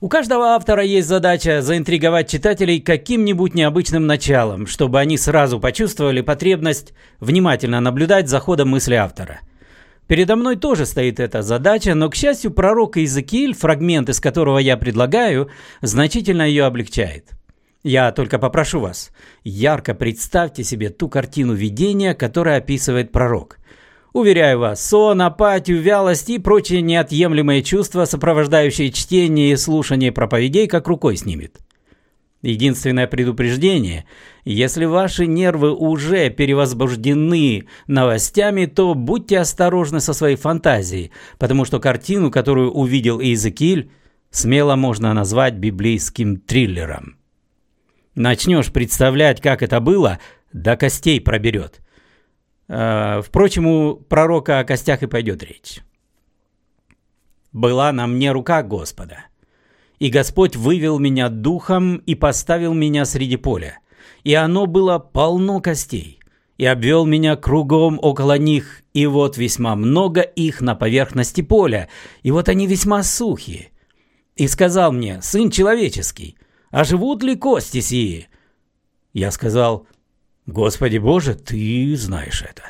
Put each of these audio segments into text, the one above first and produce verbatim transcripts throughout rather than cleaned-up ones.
У каждого автора есть задача заинтриговать читателей каким-нибудь необычным началом, чтобы они сразу почувствовали потребность внимательно наблюдать за ходом мысли автора. Передо мной тоже стоит эта задача, но, к счастью, пророк Иезекииль, фрагмент из которого я предлагаю, значительно ее облегчает. Я только попрошу вас, ярко представьте себе ту картину видения, которую описывает пророк. Уверяю вас, сон, апатию, вялость и прочие неотъемлемые чувства, сопровождающие чтение и слушание проповедей, как рукой снимет. Единственное предупреждение: если ваши нервы уже перевозбуждены новостями, то будьте осторожны со своей фантазией, потому что картину, которую увидел Иезекииль, смело можно назвать библейским триллером. Начнешь представлять, как это было, до костей проберет. Впрочем, у пророка о костях и пойдет речь. «Была на мне рука Господа, и Господь вывел меня духом и поставил меня среди поля, и оно было полно костей, и обвел меня кругом около них, и вот весьма много их на поверхности поля, и вот они весьма сухие. И сказал мне: сын человеческий, а живут ли кости сии? Я сказал: Господи Боже, Ты знаешь это.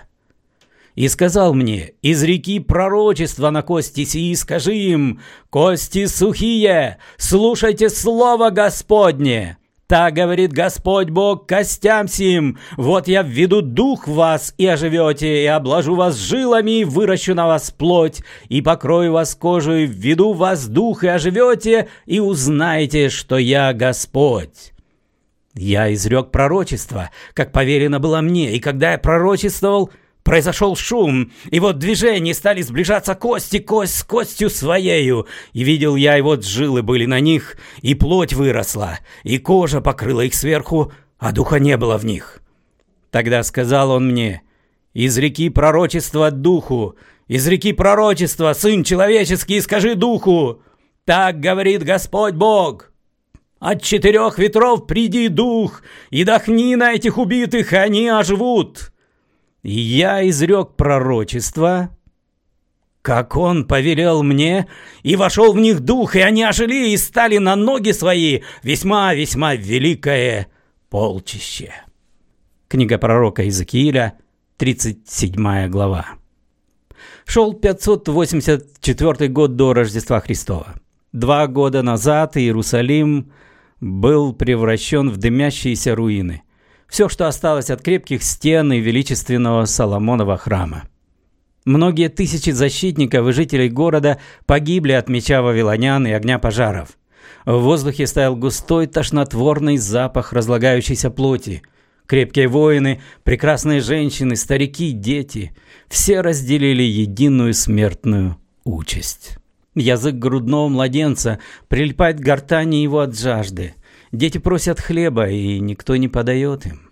И сказал мне: изреки пророчества на кости сии, скажи им: кости сухие, слушайте слово Господне. Так говорит Господь Бог костям сим: вот я введу дух в вас, и оживете, и обложу вас жилами, и выращу на вас плоть, и покрою вас кожей, введу в вас дух, и оживете, и узнаете, что я Господь. Я изрек пророчество, как повелено было мне, и когда я пророчествовал, произошел шум, и вот движения стали сближаться кости, кость с костью своею, и видел я, и вот жилы были на них, и плоть выросла, и кожа покрыла их сверху, а духа не было в них. Тогда сказал он мне: изреки пророчество духу, изреки пророчество, сын человеческий, и скажи духу: так говорит Господь Бог. От четырех ветров приди дух, и дохни на этих убитых, и они оживут. И я изрек пророчество, как он повелел мне, и вошел в них дух, и они ожили, и стали на ноги свои, весьма-весьма великое полчище». Книга пророка Иезекииля, тридцать седьмая глава. Шел пятьсот восемьдесят четвёртый год до Рождества Христова. Два года назад Иерусалим был превращен в дымящиеся руины. Все, что осталось от крепких стен и величественного Соломонова храма. Многие тысячи защитников и жителей города погибли от меча вавилонян и огня пожаров. В воздухе стоял густой тошнотворный запах разлагающейся плоти. Крепкие воины, прекрасные женщины, старики, дети – все разделили единую смертную участь. Язык грудного младенца прилипает к гортани его от жажды. Дети просят хлеба, и никто не подает им.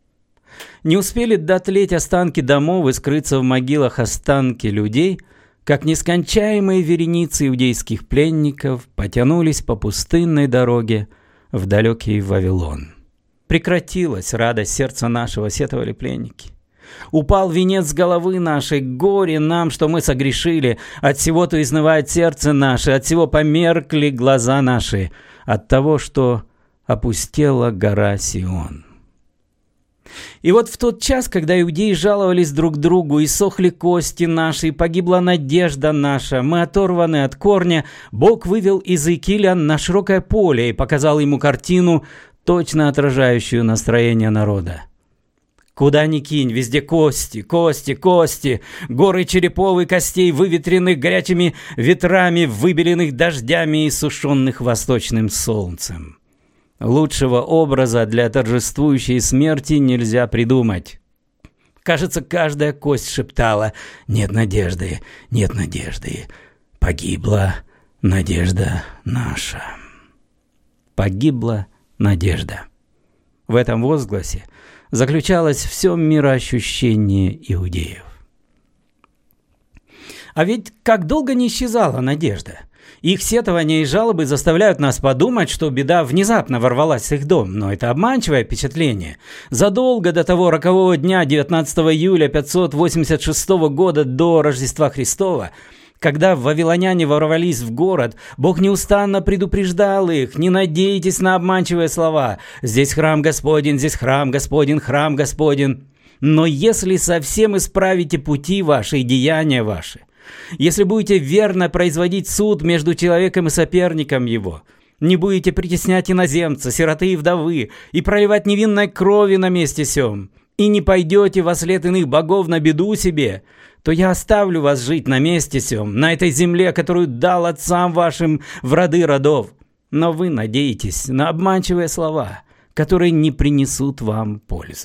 Не успели дотлеть останки домов и скрыться в могилах останки людей, как нескончаемые вереницы иудейских пленников потянулись по пустынной дороге в далекий Вавилон. Прекратилась радость сердца нашего, сетовали пленники. Упал венец с головы нашей, горе нам, что мы согрешили, от всего-то изнывает сердце наше, от всего померкли глаза наши, от того, что опустела гора Сион. И вот в тот час, когда иудеи жаловались друг другу, и сохли кости наши, и погибла надежда наша, мы оторваны от корня, Бог вывел Иезекииля на широкое поле и показал ему картину, точно отражающую настроение народа. Куда ни кинь, везде кости, кости, кости, горы черепов и костей, выветренных горячими ветрами, выбеленных дождями и сушеных восточным солнцем. Лучшего образа для торжествующей смерти нельзя придумать. Кажется, каждая кость шептала: «Нет надежды, нет надежды, погибла надежда наша». Погибла надежда. В этом возгласе заключалось все мироощущение иудеев. А ведь как долго не исчезала надежда? Их сетования и жалобы заставляют нас подумать, что беда внезапно ворвалась в их дом, но это обманчивое впечатление. Задолго до того рокового дня девятнадцатого июля пятьсот восемьдесят шестого года до Рождества Христова Когда вавилоняне ворвались в город, Бог неустанно предупреждал их: не надейтесь на обманчивые слова. Здесь храм Господень, здесь храм Господень, храм Господень. Но если совсем исправите пути ваши и деяния ваши, если будете верно производить суд между человеком и соперником его, не будете притеснять иноземца, сироты и вдовы, и проливать невинной крови на месте сём, и не пойдете во след иных богов на беду себе, то я оставлю вас жить на месте сём, на этой земле, которую дал отцам вашим в роды родов. Но вы надеетесь на обманчивые слова, которые не принесут вам пользы.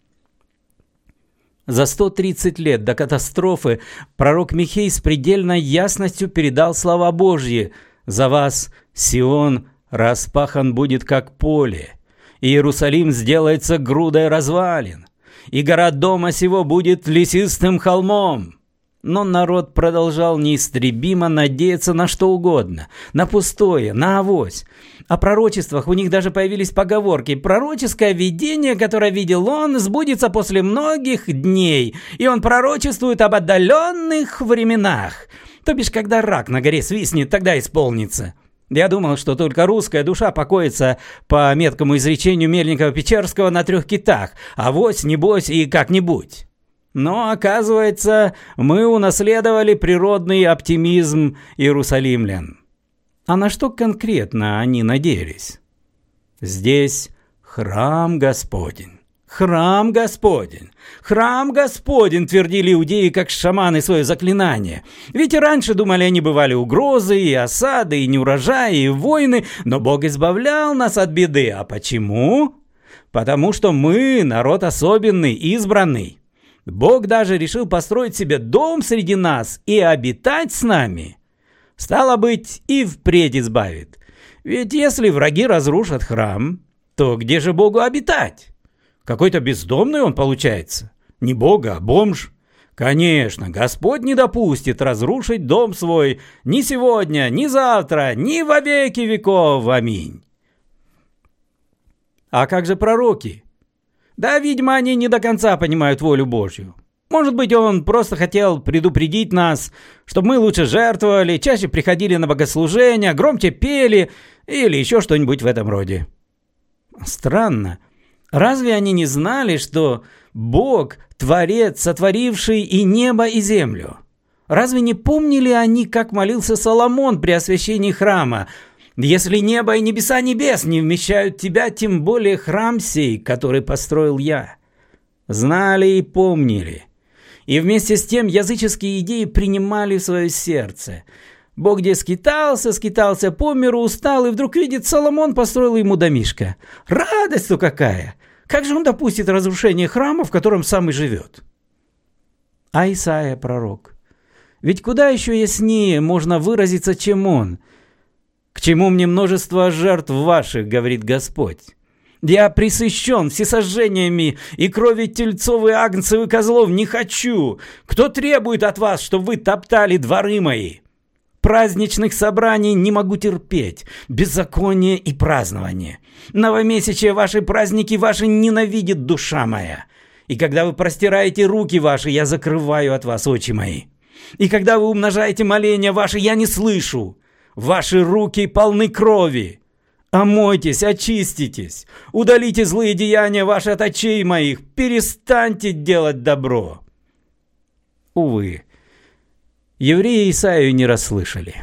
За сто тридцать лет до катастрофы пророк Михей с предельной ясностью передал слова Божьи: «За вас Сион распахан будет, как поле, и Иерусалим сделается грудой развалин, и гора дома сего будет лесистым холмом». Но народ продолжал неистребимо надеяться на что угодно, на пустое, на авось. О пророчествах у них даже появились поговорки: «Пророческое видение, которое видел он, сбудется после многих дней, и он пророчествует об отдаленных временах». То бишь, когда рак на горе свистнет, тогда исполнится. Я думал, что только русская душа покоится, по меткому изречению Мельникова-Печерского, на трех китах: авось, небось и как-нибудь. Но, оказывается, мы унаследовали природный оптимизм иерусалимлян. А на что конкретно они надеялись? Здесь храм Господень. «Храм Господень! Храм Господень!» твердили иудеи, как шаманы, свое заклинание. Ведь и раньше, думали они, бывали угрозы, и осады, и неурожаи, и войны, но Бог избавлял нас от беды. А почему? Потому что мы народ особенный, избранный. Бог даже решил построить себе дом среди нас и обитать с нами. Стало быть, и впредь избавит. Ведь если враги разрушат храм, то где же Богу обитать? Какой-то бездомный он получается. Не Бог, а бомж. Конечно, Господь не допустит разрушить дом свой ни сегодня, ни завтра, ни во веки веков. Аминь. А как же пророки? Да, видимо, они не до конца понимают волю Божью. Может быть, он просто хотел предупредить нас, чтобы мы лучше жертвовали, чаще приходили на богослужения, громче пели или еще что-нибудь в этом роде. Странно. Разве они не знали, что Бог – Творец, сотворивший и небо, и землю? Разве не помнили они, как молился Соломон при освящении храма? «Если небо и небеса небес не вмещают тебя, тем более храм сей, который построил я». Знали и помнили. И вместе с тем языческие идеи принимали в свое сердце. Бог где скитался, скитался по миру, устал, и вдруг видит, Соломон построил ему домишко. Радость-то какая! Как же он допустит разрушение храма, в котором сам и живет? А Исаия пророк? Ведь куда еще яснее можно выразиться, чем он? «К чему мне множество жертв ваших, говорит Господь? Я пресыщен всесожжениями, и крови тельцов и агнцев и козлов не хочу. Кто требует от вас, чтобы вы топтали дворы мои? Праздничных собраний не могу терпеть, беззаконие и празднование. Новомесячие ваши праздники ваши ненавидит душа моя. И когда вы простираете руки ваши, я закрываю от вас очи мои. И когда вы умножаете моления ваши, я не слышу. Ваши руки полны крови. Омойтесь, очиститесь, удалите злые деяния ваши от очей моих, перестаньте делать добро». Увы, евреи Исаию не расслышали.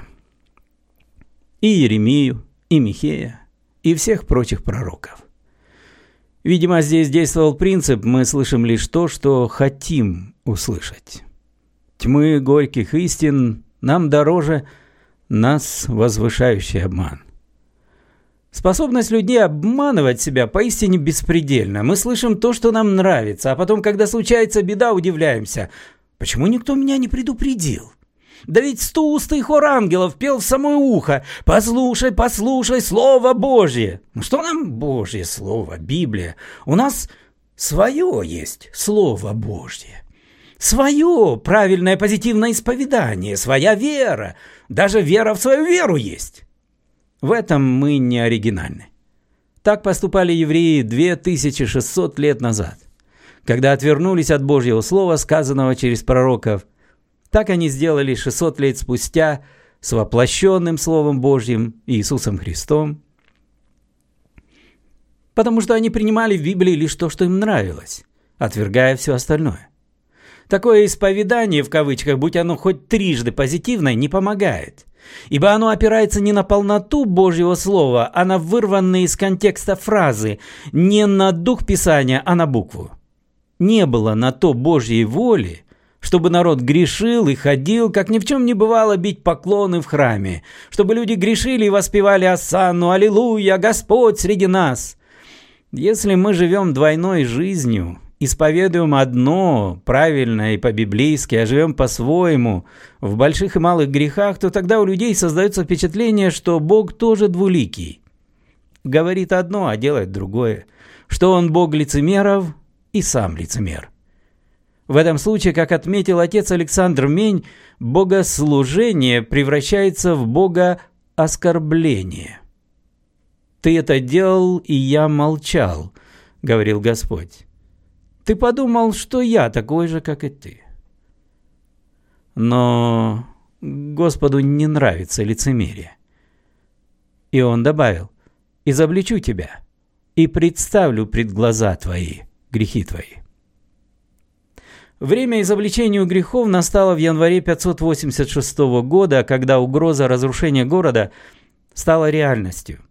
И Иеремию, и Михея, и всех прочих пророков. Видимо, здесь действовал принцип: мы слышим лишь то, что хотим услышать. Тьмы горьких истин нам дороже нас возвышающий обман. Способность людей обманывать себя поистине беспредельна. Мы слышим то, что нам нравится, а потом, когда случается беда, удивляемся: почему никто меня не предупредил? Да ведь стоустый хор ангелов пел в самое ухо: «Послушай, послушай Слово Божье». Ну что нам Божье Слово, Библия? У нас свое есть Слово Божье. Свое правильное позитивное исповедание, своя вера. Даже вера в свою веру есть. В этом мы не оригинальны. Так поступали евреи две тысячи шестьсот лет назад, когда отвернулись от Божьего Слова, сказанного через пророков. Так они сделали шестьсот лет спустя с воплощенным Словом Божьим Иисусом Христом, потому что они принимали в Библии лишь то, что им нравилось, отвергая все остальное. Такое исповедание, в кавычках, будь оно хоть трижды позитивное, не помогает, ибо оно опирается не на полноту Божьего Слова, а на вырванные из контекста фразы, не на дух Писания, а на букву. Не было на то Божьей воли, чтобы народ грешил и ходил, как ни в чем не бывало, бить поклоны в храме, чтобы люди грешили и воспевали осанну, аллилуйя, Господь среди нас. Если мы живем двойной жизнью, исповедуем одно правильно и по-библейски, а живем по-своему, в больших и малых грехах, то тогда у людей создается впечатление, что Бог тоже двуликий. Говорит одно, а делает другое, что Он Бог лицемеров и сам лицемер. В этом случае, как отметил отец Александр Мень, богослужение превращается в богооскорбление. «Ты это делал, и я молчал», — говорил Господь. «Ты подумал, что я такой же, как и ты». Но Господу не нравится лицемерие. И Он добавил: «Изобличу тебя и представлю пред глаза твои грехи твои». Время изобличению грехов настало в январе пятьсот восемьдесят шестого года, когда угроза разрушения города стала реальностью.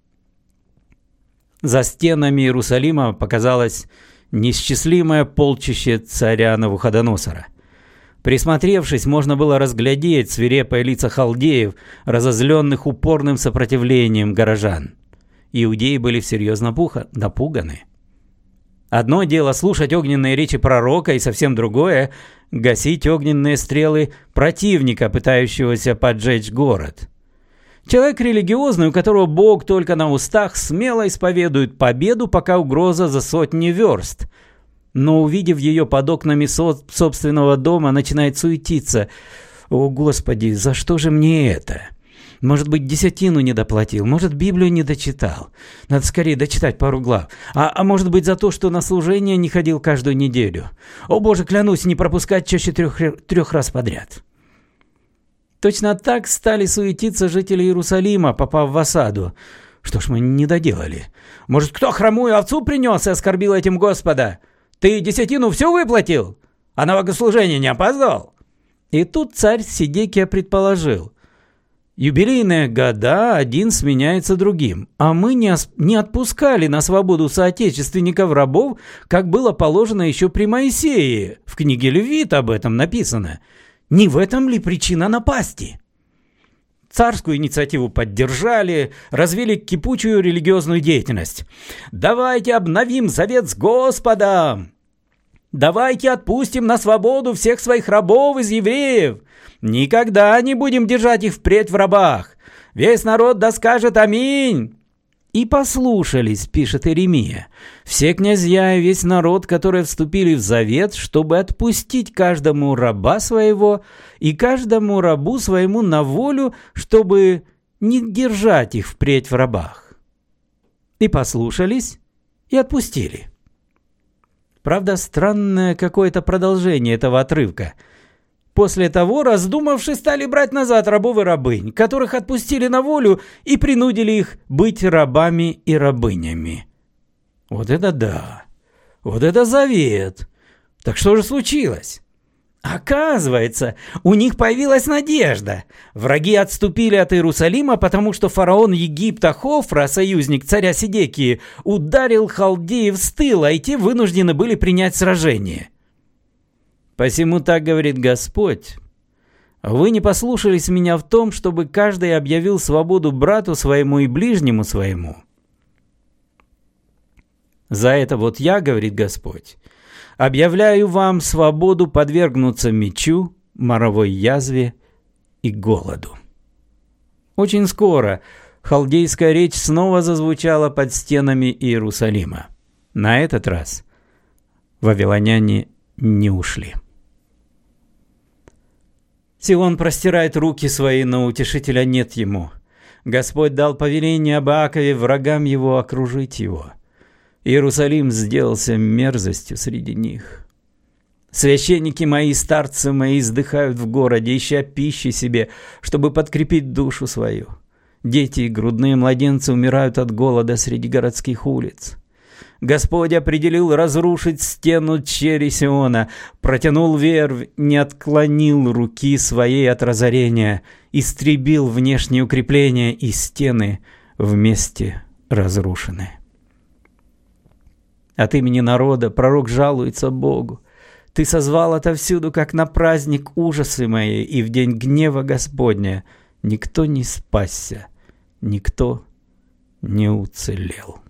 За стенами Иерусалима показалось неисчислимое полчище царя Навуходоносора. Присмотревшись, можно было разглядеть свирепые лица халдеев, разозленных упорным сопротивлением горожан. Иудеи были всерьез напуганы. Одно дело слушать огненные речи пророка, и совсем другое – гасить огненные стрелы противника, пытающегося поджечь город. Человек религиозный, у которого Бог только на устах, смело исповедует победу, пока угроза за сотни верст. Но, увидев ее под окнами со- собственного дома, начинает суетиться. «О, Господи, за что же мне это? Может быть, десятину не доплатил, может, Библию не дочитал. Надо скорее дочитать пару глав. А, а может быть, за то, что на служение не ходил каждую неделю. О, Боже, клянусь, не пропускать чаще трех, трех раз подряд». Точно так стали суетиться жители Иерусалима, попав в осаду. Что ж мы не доделали? Может, кто хромую овцу принес и оскорбил этим Господа? Ты десятину всю выплатил? А на богослужение не опоздал? И тут царь Седекия предположил: юбилейные года один сменяется другим, а мы не, ос- не отпускали на свободу соотечественников-рабов, как было положено еще при Моисее. В книге Левит об этом написано. Не в этом ли причина напасти? Царскую инициативу поддержали, развили кипучую религиозную деятельность. «Давайте обновим завет с Господом! Давайте отпустим на свободу всех своих рабов из евреев! Никогда не будем держать их впредь в рабах! Весь народ да скажет аминь!» «И послушались», — пишет Иеремия, «все князья и весь народ, которые вступили в завет, чтобы отпустить каждому раба своего и каждому рабу своему на волю, чтобы не держать их впредь в рабах. И послушались, и отпустили». Правда, странное какое-то продолжение этого отрывка. После того, раздумавши, стали брать назад рабов и рабынь, которых отпустили на волю и принудили их быть рабами и рабынями. Вот это да! Вот это завет! Так что же случилось? Оказывается, у них появилась надежда. Враги отступили от Иерусалима, потому что фараон Египта Хофра, союзник царя Седекии, ударил халдеев с тыла, и те вынуждены были принять сражение. «Посему так говорит Господь: вы не послушались меня в том, чтобы каждый объявил свободу брату своему и ближнему своему. За это вот я, говорит Господь, объявляю вам свободу подвергнуться мечу, моровой язве и голоду». Очень скоро халдейская речь снова зазвучала под стенами Иерусалима. На этот раз вавилоняне не ушли. Сион простирает руки свои, но утешителя нет ему. Господь дал повеление об Иакове врагам его окружить его. Иерусалим сделался мерзостью среди них. Священники мои, старцы мои издыхают в городе, ища пищи себе, чтобы подкрепить душу свою. Дети и грудные младенцы умирают от голода среди городских улиц. Господь определил разрушить стену чери Сиона, протянул вервь, не отклонил руки своей от разорения, истребил внешние укрепления, и стены вместе разрушены. От имени народа пророк жалуется Богу. Ты созвал отовсюду, как на праздник, ужасы мои, и в день гнева Господня никто не спасся, никто не уцелел.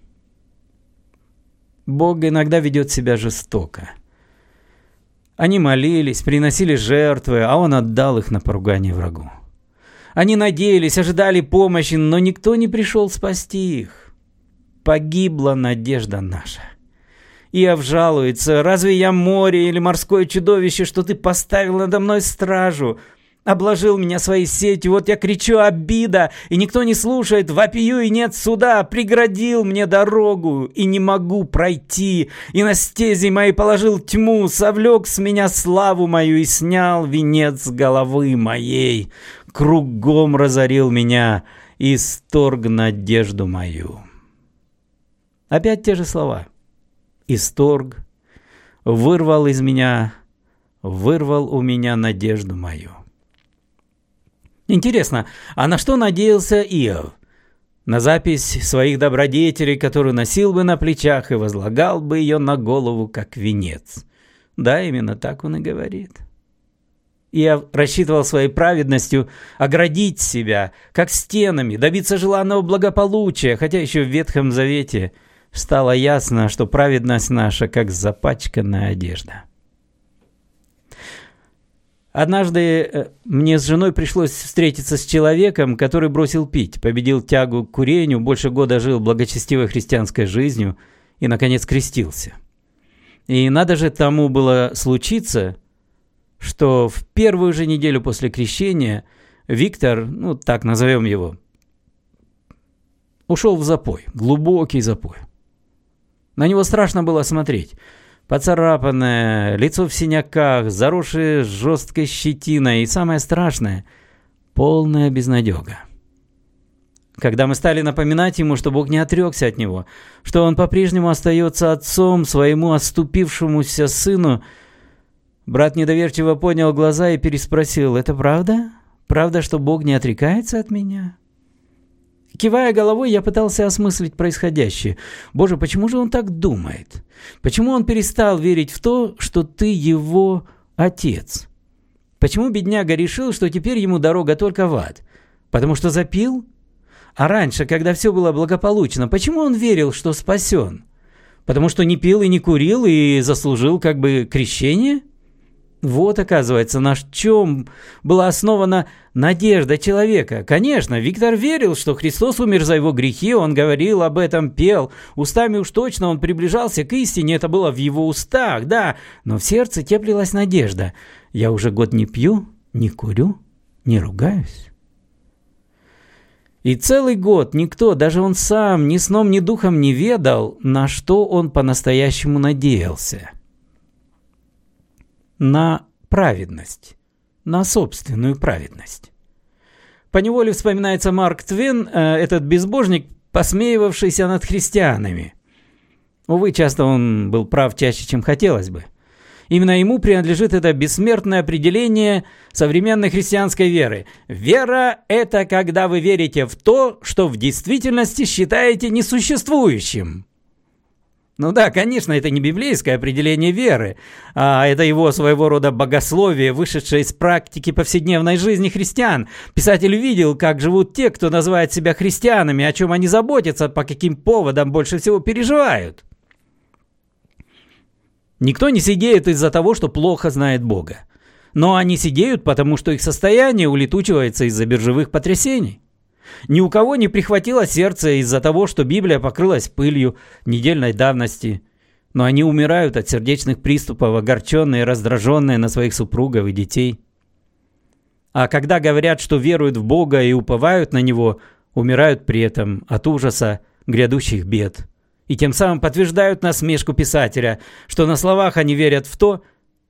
Бог иногда ведет себя жестоко. Они молились, приносили жертвы, а Он отдал их на поругание врагу. Они надеялись, ожидали помощи, но никто не пришел спасти их. Погибла надежда наша. Иов жалуется: разве я море или морское чудовище, что ты поставил надо мной стражу? Обложил меня своей сетью, вот я кричу: обида, и никто не слушает, вопию, и нет суда, преградил мне дорогу, и не могу пройти, и на стези моей положил тьму, совлек с меня славу мою и снял венец с головы моей, кругом разорил меня и сторг надежду мою. Опять те же слова. Исторг, вырвал из меня, вырвал у меня надежду мою. Интересно, а на что надеялся Иов? На запись своих добродетелей, которую носил бы на плечах и возлагал бы ее на голову, как венец. Да, именно так он и говорит. Иов рассчитывал своей праведностью оградить себя, как стенами, добиться желанного благополучия, хотя еще в Ветхом Завете стало ясно, что праведность наша, как запачканная одежда. Однажды мне с женой пришлось встретиться с человеком, который бросил пить, победил тягу к курению, больше года жил благочестивой христианской жизнью и, наконец, крестился. И надо же тому было случиться, что в первую же неделю после крещения Виктор, ну так назовем его, ушел в запой, глубокий запой. На него страшно было смотреть. Поцарапанное, лицо в синяках, заросшее жесткой щетиной и, самое страшное, полная безнадега. Когда мы стали напоминать ему, что Бог не отрекся от него, что он по-прежнему остается отцом своему отступившемуся сыну, брат недоверчиво поднял глаза и переспросил: «Это правда? Правда, что Бог не отрекается от меня?» Кивая головой, я пытался осмыслить происходящее. Боже, почему же он так думает? Почему он перестал верить в то, что ты его отец? Почему бедняга решил, что теперь ему дорога только в ад? Потому что запил? А раньше, когда все было благополучно, почему он верил, что спасен? Потому что не пил и не курил и заслужил как бы крещение? Вот, оказывается, на чем была основана надежда человека. Конечно, Виктор верил, что Христос умер за его грехи, он говорил об этом, пел. Устами уж точно он приближался к истине, это было в его устах, да. Но в сердце теплилась надежда. Я уже год не пью, не курю, не ругаюсь. И целый год никто, даже он сам, ни сном, ни духом не ведал, на что он по-настоящему надеялся. На праведность, на собственную праведность. Поневоле вспоминается Марк Твен, этот безбожник, посмеивавшийся над христианами. Увы, часто он был прав чаще, чем хотелось бы. Именно ему принадлежит это бессмертное определение современной христианской веры. Вера – это когда вы верите в то, что в действительности считаете несуществующим. Ну да, конечно, это не библейское определение веры, а это его своего рода богословие, вышедшее из практики повседневной жизни христиан. Писатель видел, как живут те, кто называет себя христианами, о чем они заботятся, по каким поводам больше всего переживают. Никто не сидеет из-за того, что плохо знает Бога. Но они сидеют, потому что их состояние улетучивается из-за биржевых потрясений. Ни у кого не прихватило сердце из-за того, что Библия покрылась пылью недельной давности. Но они умирают от сердечных приступов, огорченные, раздраженные на своих супругов и детей. А когда говорят, что веруют в Бога и уповают на Него, умирают при этом от ужаса грядущих бед. И тем самым подтверждают насмешку писателя, что на словах они верят в то,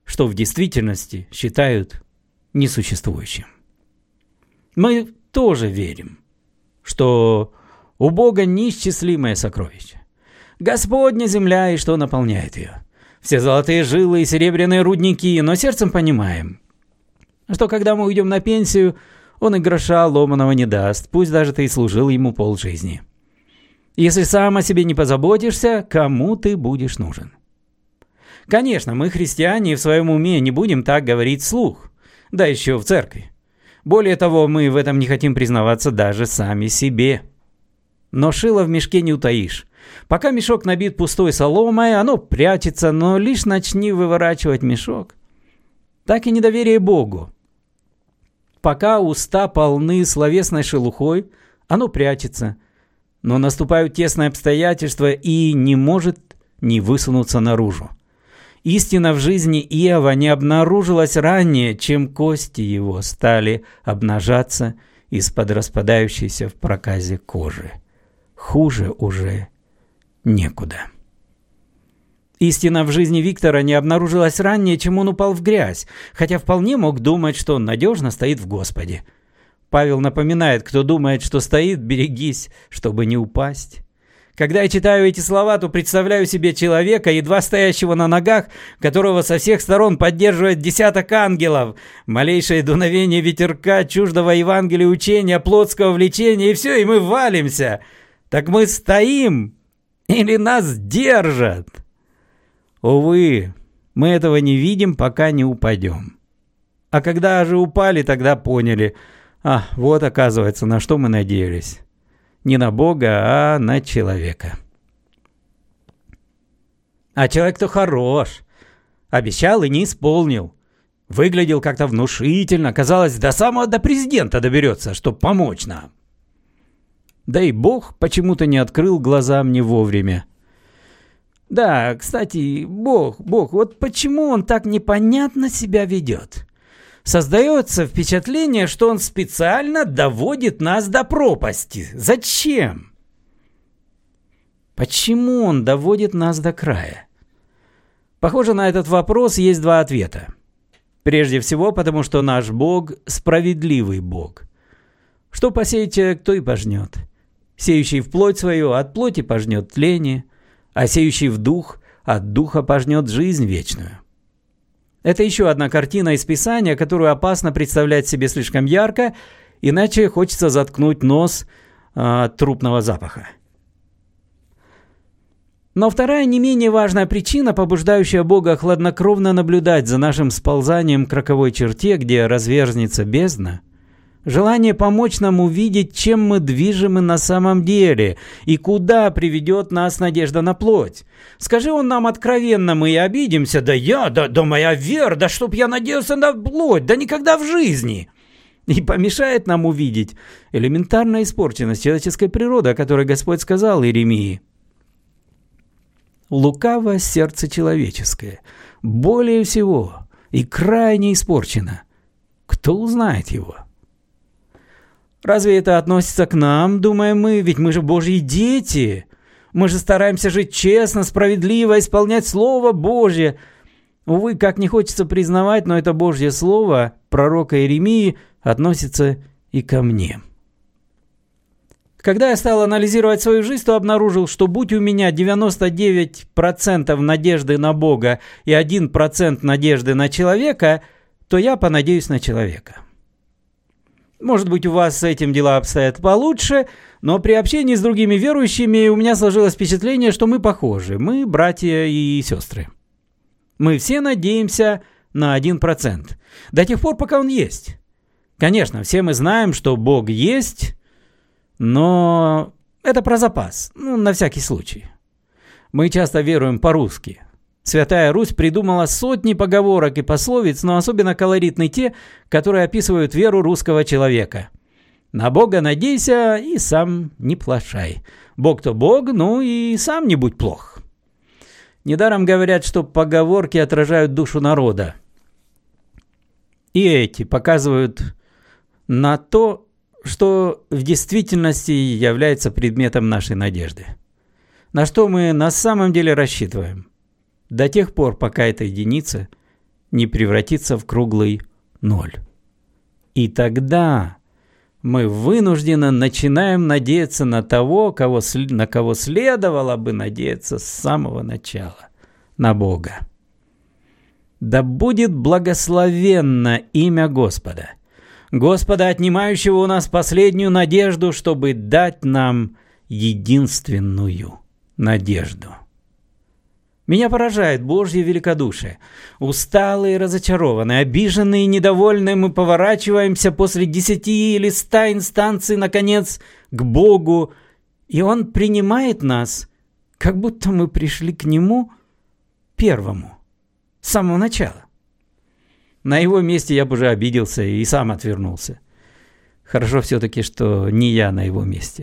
что в действительности считают несуществующим. Мы тоже верим, что у Бога неисчислимое сокровище. Господня земля и что наполняет ее. Все золотые жилы и серебряные рудники, но сердцем понимаем, что когда мы уйдем на пенсию, Он и гроша ломаного не даст, пусть даже ты и служил Ему полжизни. Если сам о себе не позаботишься, кому ты будешь нужен? Конечно, мы, христиане, в своем уме не будем так говорить вслух, да еще в церкви. Более того, мы в этом не хотим признаваться даже сами себе. Но шило в мешке не утаишь. Пока мешок набит пустой соломой, оно прячется, но лишь начни выворачивать мешок. Так и недоверие Богу. Пока уста полны словесной шелухой, оно прячется, но наступают тесные обстоятельства и не может не высунуться наружу. Истина в жизни Иова не обнаружилась ранее, чем кости его стали обнажаться из-под распадающейся в проказе кожи. Хуже уже некуда. Истина в жизни Виктора не обнаружилась ранее, чем он упал в грязь, хотя вполне мог думать, что он надежно стоит в Господе. Павел напоминает: кто думает, что стоит, берегись, чтобы не упасть. Когда я читаю эти слова, то представляю себе человека, едва стоящего на ногах, которого со всех сторон поддерживает десяток ангелов. Малейшее дуновение ветерка, чуждого Евангелия учения, плотского влечения, и все, и мы валимся. Так мы стоим или нас держат? Увы, мы этого не видим, пока не упадем. А когда же упали, тогда поняли: а, вот оказывается, на что мы надеялись. Не на Бога, а на человека. А человек-то хорош. Обещал и не исполнил. Выглядел как-то внушительно. Казалось, до самого до президента доберется, чтобы помочь нам. Да и Бог почему-то не открыл глаза мне вовремя. Да, кстати, Бог, Бог, вот почему Он так непонятно себя ведет? Создается впечатление, что Он специально доводит нас до пропасти. Зачем? Почему Он доводит нас до края? Похоже, на этот вопрос есть два ответа. Прежде всего, потому что наш Бог – справедливый Бог. Что посеет человек, то и пожнет. Сеющий в плоть свою от плоти пожнет тление, а сеющий в дух от духа пожнет жизнь вечную. Это еще одна картина из Писания, которую опасно представлять себе слишком ярко, иначе хочется заткнуть нос а, от трупного запаха. Но вторая не менее важная причина, побуждающая Бога хладнокровно наблюдать за нашим сползанием к роковой черте, где разверзнется бездна, желание помочь нам увидеть, чем мы движимы на самом деле и куда приведет нас надежда на плоть. Скажи Он нам откровенно, мы и обидимся: да я, да, да моя вера, да чтоб я надеялся на плоть, да никогда в жизни. И помешает нам увидеть элементарную испорченность человеческой природы, о которой Господь сказал Иеремии. Лукаво сердце человеческое, более всего и крайне испорчено. Кто узнает его? Разве это относится к нам, думаем мы, ведь мы же Божьи дети. Мы же стараемся жить честно, справедливо, исполнять Слово Божье. Увы, как не хочется признавать, но это Божье Слово пророка Иеремии относится и ко мне. Когда я стал анализировать свою жизнь, то обнаружил, что будь у меня девяносто девять процентов надежды на Бога и один процент надежды на человека, то я понадеюсь на человека. Может быть, у вас с этим дела обстоят получше, но при общении с другими верующими у меня сложилось впечатление, что мы похожи. Мы братья и сестры. Мы все надеемся на один процент. До тех пор, пока он есть. Конечно, все мы знаем, что Бог есть, но это про запас, ну, на всякий случай. Мы часто веруем по-русски. Святая Русь придумала сотни поговорок и пословиц, но особенно колоритны те, которые описывают веру русского человека. На Бога надейся и сам не плашай. Бог-то Бог, ну и сам не будь плох. Недаром говорят, что поговорки отражают душу народа. И эти показывают на то, что в действительности является предметом нашей надежды. На что мы на самом деле рассчитываем? До тех пор, пока эта единица не превратится в круглый ноль. И тогда мы вынужденно начинаем надеяться на того, кого, на кого следовало бы надеяться с самого начала, на Бога. Да будет благословенно имя Господа, Господа, отнимающего у нас последнюю надежду, чтобы дать нам единственную надежду. Меня поражает Божье великодушие. Усталые, разочарованные, обиженные и недовольные, мы поворачиваемся после десяти или ста инстанций, наконец, к Богу, и Он принимает нас, как будто мы пришли к Нему первому, с самого начала. На Его месте я бы уже обиделся и сам отвернулся. Хорошо все-таки, что не я на Его месте.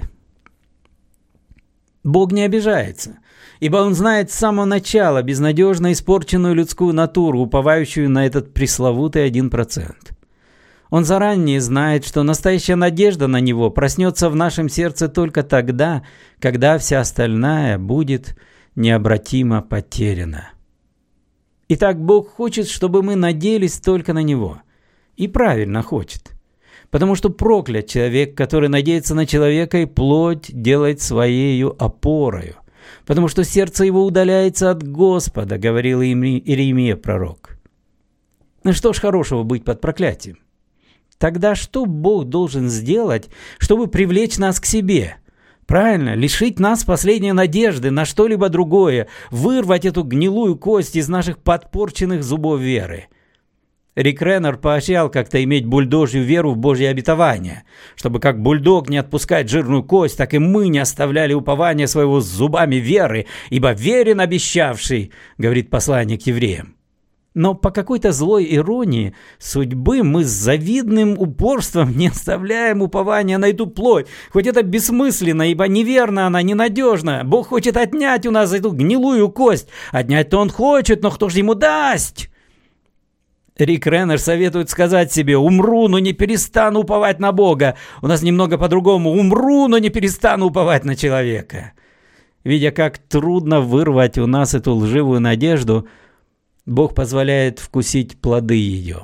Бог не обижается, ибо Он знает с самого начала безнадежно испорченную людскую натуру, уповающую на этот пресловутый один процент. Он заранее знает, что настоящая надежда на Него проснется в нашем сердце только тогда, когда вся остальная будет необратимо потеряна. Итак, Бог хочет, чтобы мы надеялись только на Него. И правильно хочет. Потому что проклят человек, который надеется на человека и плоть делает своею опорою. Потому что сердце его удаляется от Господа, говорил Иеремия пророк. Ну что ж хорошего быть под проклятием? Тогда что Бог должен сделать, чтобы привлечь нас к себе? Правильно, лишить нас последней надежды на что-либо другое, вырвать эту гнилую кость из наших подпорченных зубов веры. Рик Реннер поощрял как-то иметь бульдожью веру в Божье обетование, чтобы как бульдог не отпускать жирную кость, так и мы не оставляли упования своего с зубами веры, ибо верен обещавший, говорит послание к евреям. Но по какой-то злой иронии судьбы мы с завидным упорством не оставляем упования на эту плоть, хоть это бессмысленно, ибо неверна она, ненадежна. Бог хочет отнять у нас эту гнилую кость. Отнять-то Он хочет, но кто же ему даст? Рик Реннер советует сказать себе: «Умру, но не перестану уповать на Бога». У нас немного по-другому: «Умру, но не перестану уповать на человека». Видя, как трудно вырвать у нас эту лживую надежду, Бог позволяет вкусить плоды ее.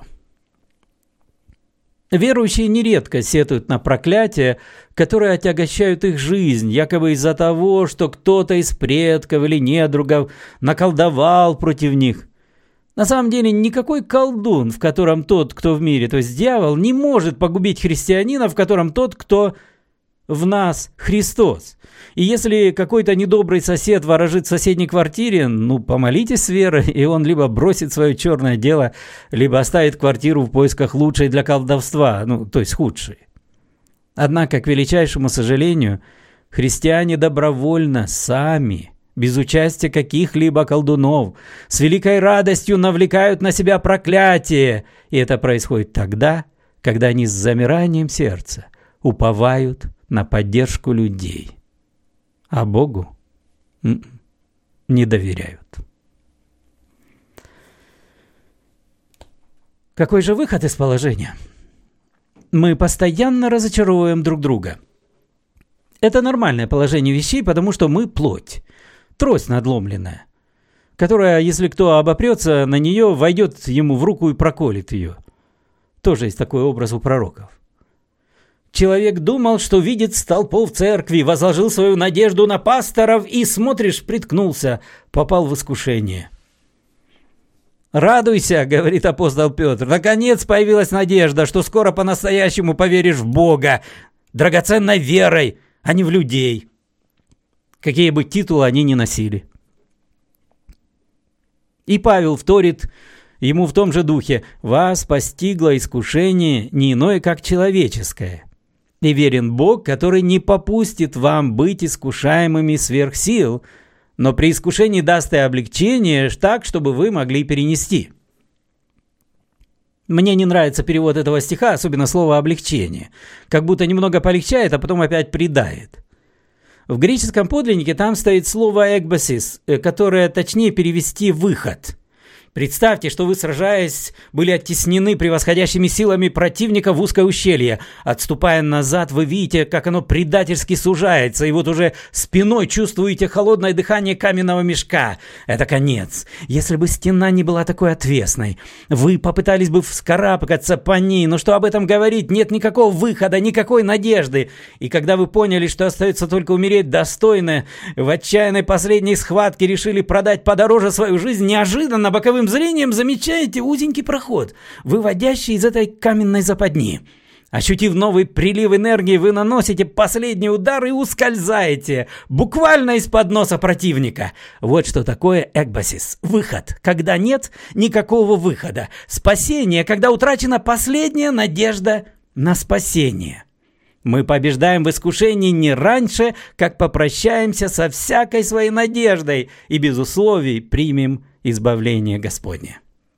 Верующие нередко сетуют на проклятия, которые отягощают их жизнь, якобы из-за того, что кто-то из предков или недругов наколдовал против них. На самом деле никакой колдун, в котором тот, кто в мире, то есть дьявол, не может погубить христианина, в котором тот, кто в нас, Христос. И если какой-то недобрый сосед ворожит в соседней квартире, ну, помолитесь с верой, и он либо бросит свое черное дело, либо оставит квартиру в поисках лучшей для колдовства, ну, то есть худшей. Однако, к величайшему сожалению, христиане добровольно сами, без участия каких-либо колдунов, с великой радостью навлекают на себя проклятие. И это происходит тогда, когда они с замиранием сердца уповают на поддержку людей, а Богу не доверяют. Какой же выход из положения? Мы постоянно разочаровываем друг друга. Это нормальное положение вещей, потому что мы плоть. Трость надломленная, которая, если кто обопрется на нее, войдет ему в руку и проколет ее. Тоже есть такой образ у пророков. Человек думал, что видит столпов церкви, возложил свою надежду на пасторов и, смотришь, приткнулся, попал в искушение. «Радуйся, — говорит апостол Петр, — наконец появилась надежда, что скоро по-настоящему поверишь в Бога, драгоценной верой, а не в людей». Какие бы титулы они ни носили. И Павел вторит ему в том же духе: «Вас постигло искушение не иное, как человеческое. И верен Бог, который не попустит вам быть искушаемыми сверх сил, но при искушении даст и облегчение так, чтобы вы могли перенести». Мне не нравится перевод этого стиха, особенно слово «облегчение». Как будто немного полегчает, а потом опять придает. В греческом подлиннике там стоит слово «экбасис», которое точнее перевести «выход». Представьте, что вы, сражаясь, были оттеснены превосходящими силами противника в узкое ущелье. Отступая назад, вы видите, как оно предательски сужается, и вот уже спиной чувствуете холодное дыхание каменного мешка. Это конец. Если бы стена не была такой отвесной, вы попытались бы вскарабкаться по ней, но что об этом говорить? Нет никакого выхода, никакой надежды. И когда вы поняли, что остается только умереть достойно, в отчаянной последней схватке решили продать подороже свою жизнь, неожиданно боковым зрением замечаете узенький проход, выводящий из этой каменной западни. Ощутив новый прилив энергии, вы наносите последний удар и ускользаете, буквально из-под носа противника. Вот что такое экбасис. Выход, когда нет никакого выхода. Спасение, когда утрачена последняя надежда на спасение. Мы побеждаем в искушении не раньше, как попрощаемся со всякой своей надеждой и без условий примем избавление Господне.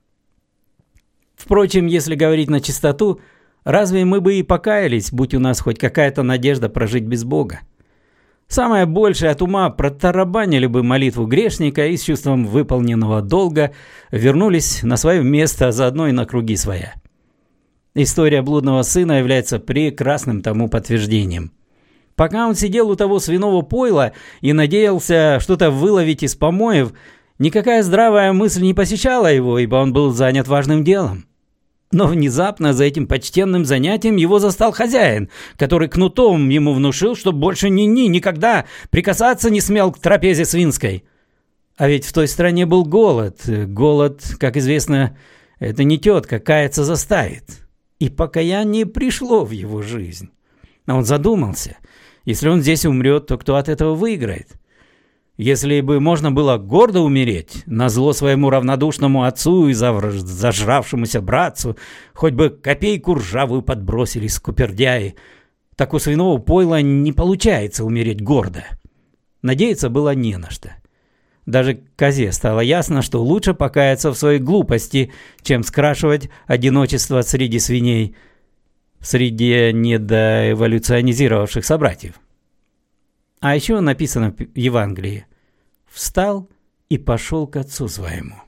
Впрочем, если говорить на чистоту, разве мы бы и покаялись, будь у нас хоть какая-то надежда прожить без Бога? Самое большее от ума протарабанили бы молитву грешника и с чувством выполненного долга вернулись на свое место, а заодно и на круги своя. История блудного сына является прекрасным тому подтверждением. Пока он сидел у того свиного пойла и надеялся что-то выловить из помоев, никакая здравая мысль не посещала его, ибо он был занят важным делом. Но внезапно за этим почтенным занятием его застал хозяин, который кнутом ему внушил, что больше ни-ни никогда прикасаться не смел к трапезе свинской. А ведь в той стране был голод. Голод, как известно, это не тетка, каяться заставит. И покаяние пришло в его жизнь. А он задумался, если он здесь умрет, то кто от этого выиграет? Если бы можно было гордо умереть, назло своему равнодушному отцу и зажравшемуся братцу, хоть бы копейку ржавую подбросили скупердяи, так у свиного пойла не получается умереть гордо. Надеяться было не на что. Даже козе стало ясно, что лучше покаяться в своей глупости, чем скрашивать одиночество среди свиней, среди недоэволюционизировавших собратьев. А еще написано в Евангелии: «Встал и пошел к отцу своему».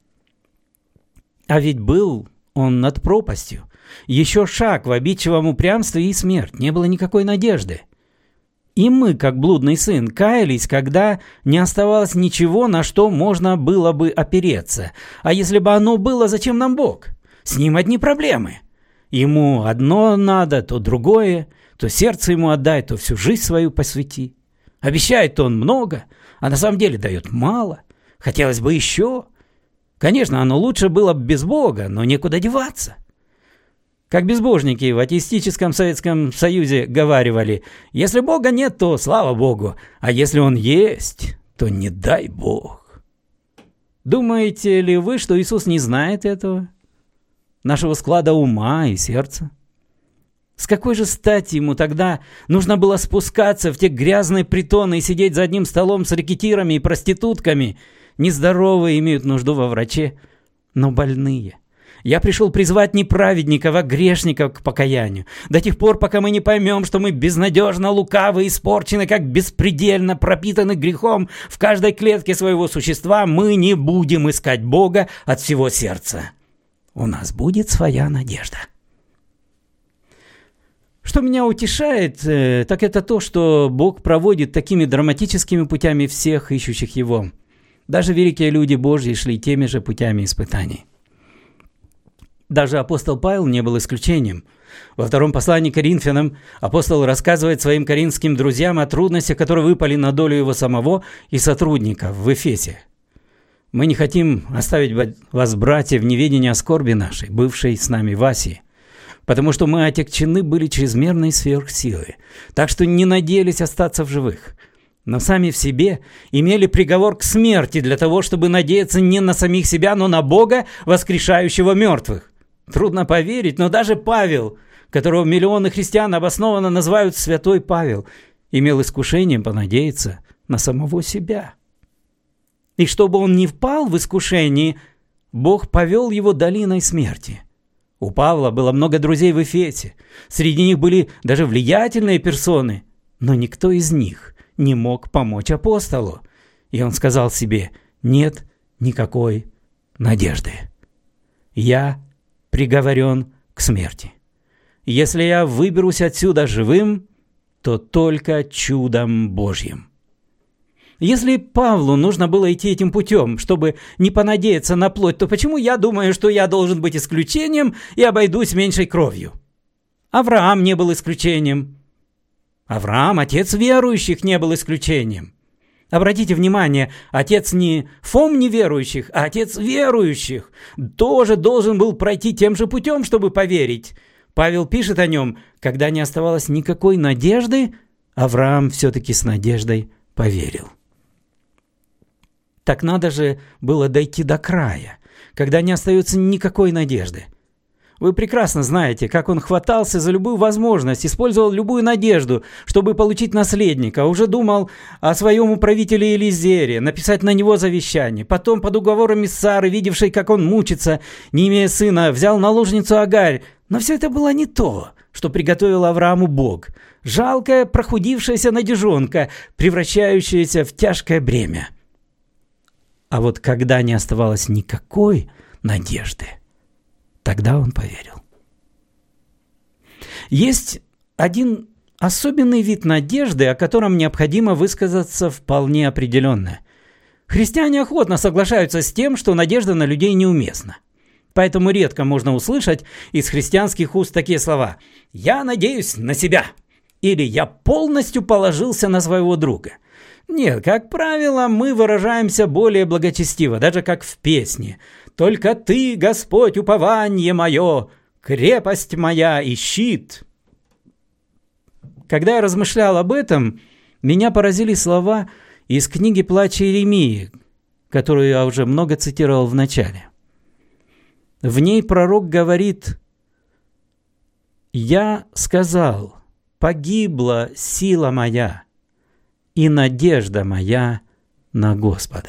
А ведь был он над пропастью. Еще шаг в обидчивом упрямстве и смерть. Не было никакой надежды. И мы, как блудный сын, каялись, когда не оставалось ничего, на что можно было бы опереться. А если бы оно было, зачем нам Бог? С ним одни проблемы. Ему одно надо, то другое, то сердце ему отдай, то всю жизнь свою посвяти. Обещает он много, а на самом деле дает мало. Хотелось бы еще. Конечно, оно лучше было бы без Бога, но некуда деваться. Как безбожники в атеистическом Советском Союзе говаривали: если Бога нет, то слава Богу, а если Он есть, то не дай Бог. Думаете ли вы, что Иисус не знает этого? Нашего склада ума и сердца? С какой же стати ему тогда нужно было спускаться в те грязные притоны и сидеть за одним столом с рэкетирами и проститутками? Нездоровые имеют нужду во враче, но больные. Я пришел призвать не праведников, а грешников к покаянию. До тех пор, пока мы не поймем, что мы безнадежно лукавы и испорчены, как беспредельно пропитаны грехом в каждой клетке своего существа, мы не будем искать Бога от всего сердца. У нас будет своя надежда. Что меня утешает, э, так это то, что Бог проводит такими драматическими путями всех ищущих Его. Даже великие люди Божьи шли теми же путями испытаний. Даже апостол Павел не был исключением. Во втором послании к Коринфянам апостол рассказывает своим коринфским друзьям о трудностях, которые выпали на долю его самого и сотрудников в Эфесе. «Мы не хотим оставить вас, братья, в неведении о скорби нашей, бывшей с нами в Асии, потому что мы отягчены были чрезмерной сверхсилой, так что не надеялись остаться в живых, но сами в себе имели приговор к смерти для того, чтобы надеяться не на самих себя, но на Бога, воскрешающего мертвых». Трудно поверить, но даже Павел, которого миллионы христиан обоснованно называют святой Павел, имел искушение понадеяться на самого себя. И чтобы он не впал в искушение, Бог повел его долиной смерти. У Павла было много друзей в Эфесе, среди них были даже влиятельные персоны, но никто из них не мог помочь апостолу. И он сказал себе: нет никакой надежды. Я приговорен к смерти. Если я выберусь отсюда живым, то только чудом Божьим. Если Павлу нужно было идти этим путем, чтобы не понадеяться на плоть, то почему я думаю, что я должен быть исключением и обойдусь меньшей кровью? Авраам не был исключением. Авраам, отец верующих, не был исключением. Обратите внимание, отец не Фом неверующих, а отец верующих тоже должен был пройти тем же путем, чтобы поверить. Павел пишет о нем: когда не оставалось никакой надежды, Авраам все-таки с надеждой поверил. Так надо же было дойти до края, когда не остается никакой надежды. Вы прекрасно знаете, как он хватался за любую возможность, использовал любую надежду, чтобы получить наследника. Уже думал о своем управителе Элизере, написать на него завещание. Потом, под уговорами Сары, видевшей, как он мучится, не имея сына, взял наложницу Агарь. Но все это было не то, что приготовил Аврааму Бог. Жалкая, прохудившаяся надежонка, превращающаяся в тяжкое бремя. А вот когда не оставалось никакой надежды, тогда он поверил. Есть один особенный вид надежды, о котором необходимо высказаться вполне определенно. Христиане охотно соглашаются с тем, что надежда на людей неуместна. Поэтому редко можно услышать из христианских уст такие слова: «Я надеюсь на себя» или «Я полностью положился на своего друга». Нет, как правило, мы выражаемся более благочестиво, даже как в песне. «Только Ты, Господь, упование мое, крепость моя и щит». Когда я размышлял об этом, меня поразили слова из книги «Плача Иеремии», которую я уже много цитировал в начале. В ней пророк говорит: «Я сказал, погибла сила моя, и надежда моя на Господа».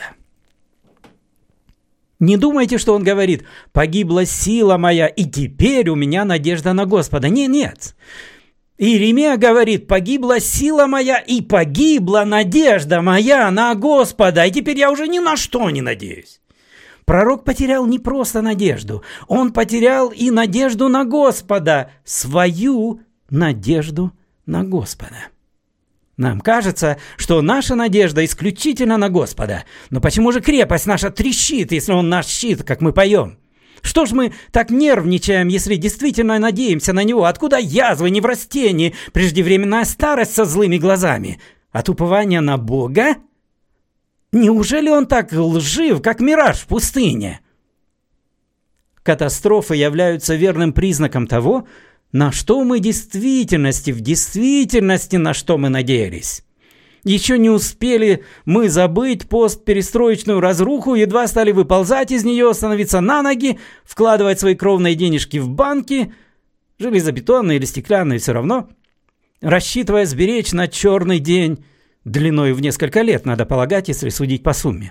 Не думайте, что он говорит: «Погибла сила моя, и теперь у меня надежда на Господа». Нет, нет. Иеремия говорит: «Погибла сила моя, и погибла надежда моя на Господа, и теперь я уже ни на что не надеюсь». Пророк потерял не просто надежду, он потерял и надежду на Господа, свою надежду на Господа. Нам кажется, что наша надежда исключительно на Господа. Но почему же крепость наша трещит, если Он наш щит, как мы поем? Что ж мы так нервничаем, если действительно надеемся на Него? Откуда язвы, неврастение, преждевременная старость со злыми глазами? От упования на Бога? Неужели Он так лжив, как мираж в пустыне? Катастрофы являются верным признаком того, на что мы действительности, в действительности на что мы надеялись. Еще не успели мы забыть постперестроечную разруху, едва стали выползать из нее, становиться на ноги, вкладывать свои кровные денежки в банки, железобетонные или стеклянные, все равно, рассчитывая сберечь на черный день, длиной в несколько лет, надо полагать, если судить по сумме.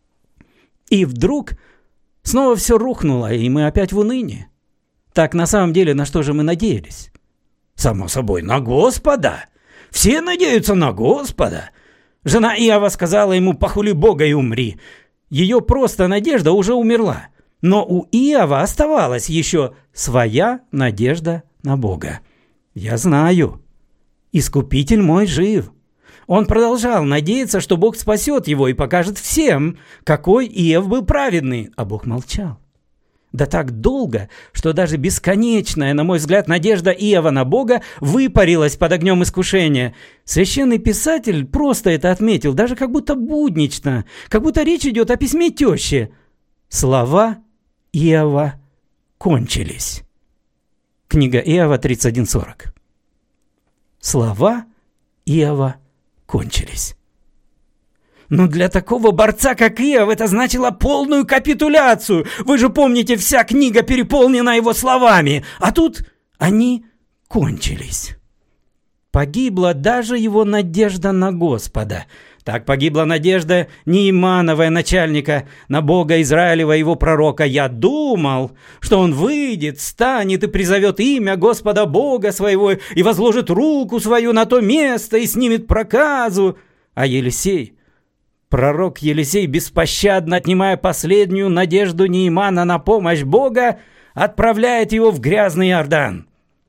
И вдруг снова все рухнуло, и мы опять в унынии. Так на самом деле на что же мы надеялись? Само собой, на Господа. Все надеются на Господа. Жена Иова сказала ему: «Похули Бога и умри». Ее просто надежда уже умерла. Но у Иова оставалась еще своя надежда на Бога. «Я знаю, Искупитель мой жив». Он продолжал надеяться, что Бог спасет его и покажет всем, какой Иов был праведный. А Бог молчал. Да так долго, что даже бесконечная, на мой взгляд, надежда Иова на Бога выпарилась под огнем искушения. Священный писатель просто это отметил, даже как будто буднично, как будто речь идет о письме тещи. Слова Иова кончились. Книга Иова тридцать один сорок. Слова Иова кончились. Но для такого борца, как Иов, это значило полную капитуляцию. Вы же помните, вся книга переполнена его словами. А тут они кончились. Погибла даже его надежда на Господа. Так погибла надежда Неимановая, начальника, на Бога Израилева, его пророка. «Я думал, что он выйдет, встанет и призовет имя Господа Бога своего, и возложит руку свою на то место, и снимет проказу». А Елисей Пророк Елисей, беспощадно отнимая последнюю надежду Неемана на помощь Бога, отправляет его в грязный Иордан.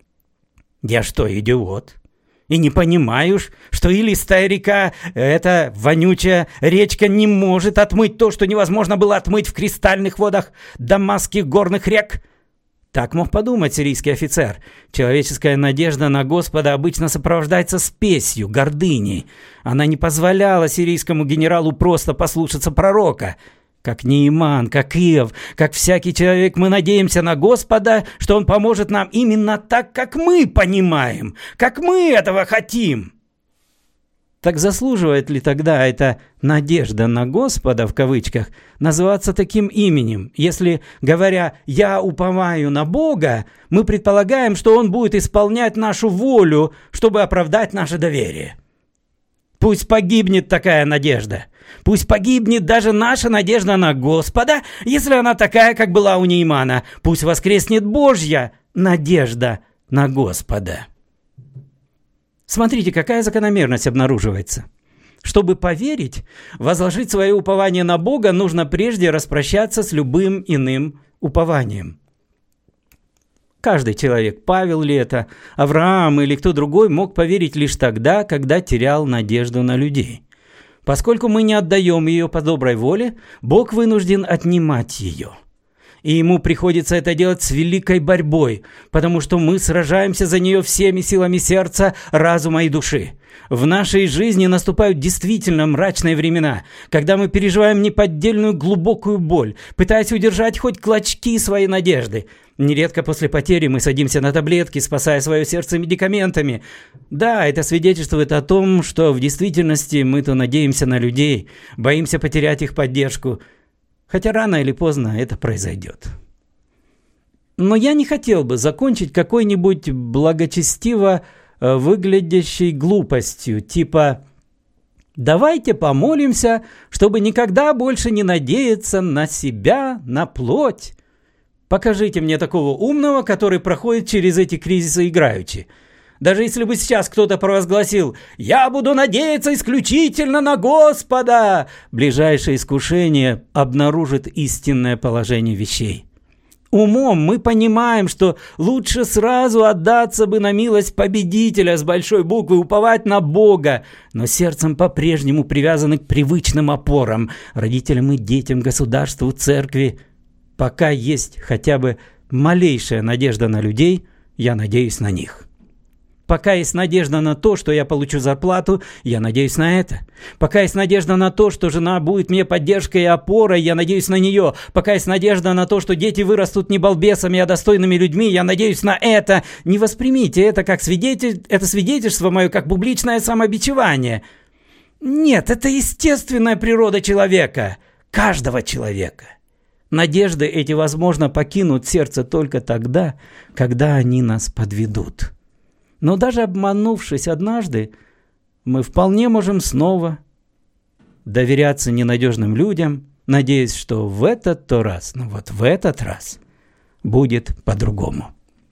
Я что, идиот? И не понимаю, что илистая река, эта вонючая речка, не может отмыть то, что невозможно было отмыть в кристальных водах дамасских горных рек? Так мог подумать сирийский офицер. Человеческая надежда на Господа обычно сопровождается спесью, гордыней. Она не позволяла сирийскому генералу просто послушаться пророка. Как Нееман, как Иов, как всякий человек, мы надеемся на Господа, что Он поможет нам именно так, как мы понимаем, как мы этого хотим. Так заслуживает ли тогда эта «надежда на Господа» в кавычках называться таким именем, если, говоря «я уповаю на Бога», мы предполагаем, что Он будет исполнять нашу волю, чтобы оправдать наше доверие? Пусть погибнет такая надежда. Пусть погибнет даже наша надежда на Господа, если она такая, как была у Неемана. Пусть воскреснет Божья надежда на Господа. Смотрите, какая закономерность обнаруживается. Чтобы поверить, возложить свое упование на Бога, нужно прежде распрощаться с любым иным упованием. Каждый человек, Павел ли это, Авраам или кто другой, мог поверить лишь тогда, когда терял надежду на людей. Поскольку мы не отдаем ее по доброй воле, Бог вынужден отнимать ее. И ему приходится это делать с великой борьбой, потому что мы сражаемся за нее всеми силами сердца, разума и души. В нашей жизни наступают действительно мрачные времена, когда мы переживаем неподдельную глубокую боль, пытаясь удержать хоть клочки своей надежды. Нередко после потери мы садимся на таблетки, спасая свое сердце медикаментами. Да, это свидетельствует о том, что в действительности мы-то надеемся на людей, боимся потерять их поддержку. Хотя рано или поздно это произойдет. Но я не хотел бы закончить какой-нибудь благочестиво выглядящей глупостью, типа «давайте помолимся, чтобы никогда больше не надеяться на себя, на плоть». Покажите мне такого умного, который проходит через эти кризисы играючи. Даже если бы сейчас кто-то провозгласил «Я буду надеяться исключительно на Господа», ближайшее искушение обнаружит истинное положение вещей. Умом мы понимаем, что лучше сразу отдаться бы на милость победителя с большой буквы, уповать на Бога, но сердцем по-прежнему привязаны к привычным опорам, родителям и детям, государству, церкви. Пока есть хотя бы малейшая надежда на людей, я надеюсь на них. Пока есть надежда на то, что я получу зарплату, я надеюсь на это. Пока есть надежда на то, что жена будет мне поддержкой и опорой, я надеюсь на нее. Пока есть надежда на то, что дети вырастут не балбесами, а достойными людьми, я надеюсь на это. Не воспримите это как свидетель... это свидетельство мое, как публичное самобичевание. Нет, это естественная природа человека, каждого человека. Надежды эти, возможно, покинут сердце только тогда, когда они нас подведут. Но даже обманувшись однажды, мы вполне можем снова доверяться ненадежным людям, надеясь, что в этот-то раз, ну вот в этот раз, будет по-другому.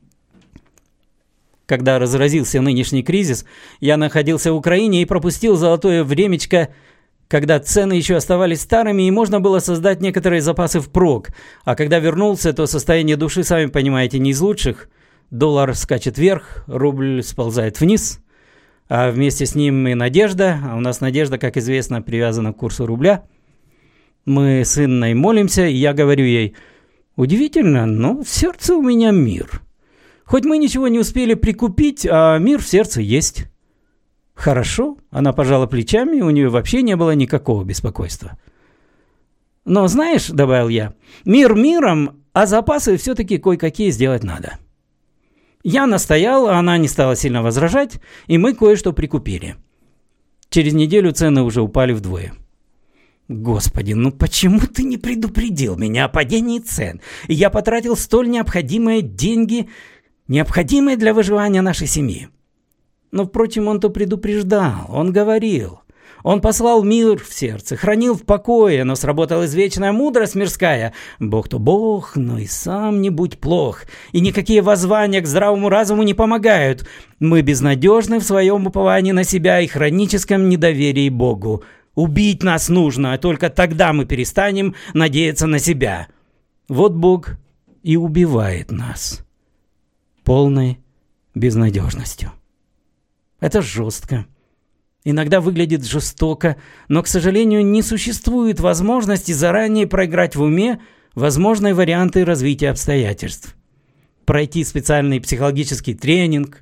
Когда разразился нынешний кризис, я находился в Украине и пропустил золотое времечко, когда цены еще оставались старыми и можно было создать некоторые запасы впрок. А когда вернулся, то состояние души, сами понимаете, не из лучших. Доллар скачет вверх, рубль сползает вниз, а вместе с ним и надежда. А у нас надежда, как известно, привязана к курсу рубля. Мы с Инной молимся, и я говорю ей: удивительно, но в сердце у меня мир. Хоть мы ничего не успели прикупить, а мир в сердце есть. Хорошо, она пожала плечами, у нее вообще не было никакого беспокойства. Но знаешь, добавил я, мир миром, а запасы все-таки кое-какие сделать надо. Я настоял, а она не стала сильно возражать, и мы кое-что прикупили. Через неделю цены уже упали вдвое. Господи, ну почему ты не предупредил меня о падении цен? И я потратил столь необходимые деньги, необходимые для выживания нашей семьи. Но, впрочем, он-то предупреждал, он говорил. Он послал мир в сердце, хранил в покое, но сработала извечная мудрость мирская. Бог-то Бог, но и сам не будь плох. И никакие воззвания к здравому разуму не помогают. Мы безнадежны в своем уповании на себя и хроническом недоверии Богу. Убить нас нужно, а только тогда мы перестанем надеяться на себя. Вот Бог и убивает нас полной безнадежностью. Это жестко. Иногда выглядит жестоко, но, к сожалению, не существует возможности заранее проиграть в уме возможные варианты развития обстоятельств. Пройти специальный психологический тренинг,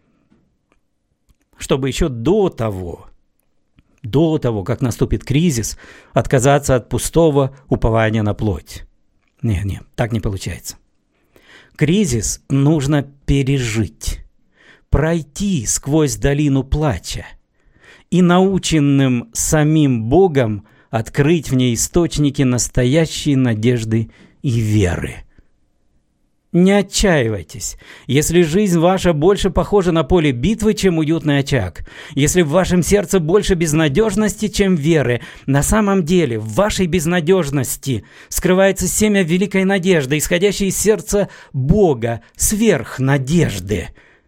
чтобы еще до того, до того, как наступит кризис, отказаться от пустого упования на плоть. Не-не, так не получается. Кризис нужно пережить, пройти сквозь долину плача и наученным самим Богом открыть в ней источники настоящей надежды и веры. Не отчаивайтесь, если жизнь ваша больше похожа на поле битвы, чем уютный очаг, если в вашем сердце больше безнадежности, чем веры. На самом деле в вашей безнадежности скрывается семя великой надежды, исходящей из сердца Бога, сверхнадежды.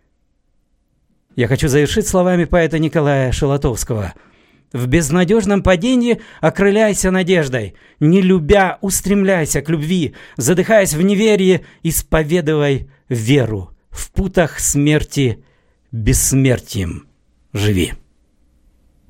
Я хочу завершить словами поэта Николая Шелотовского. В безнадежном падении окрыляйся надеждой, не любя, устремляйся к любви, задыхаясь в неверии, исповедывай веру, в путах смерти бессмертием живи.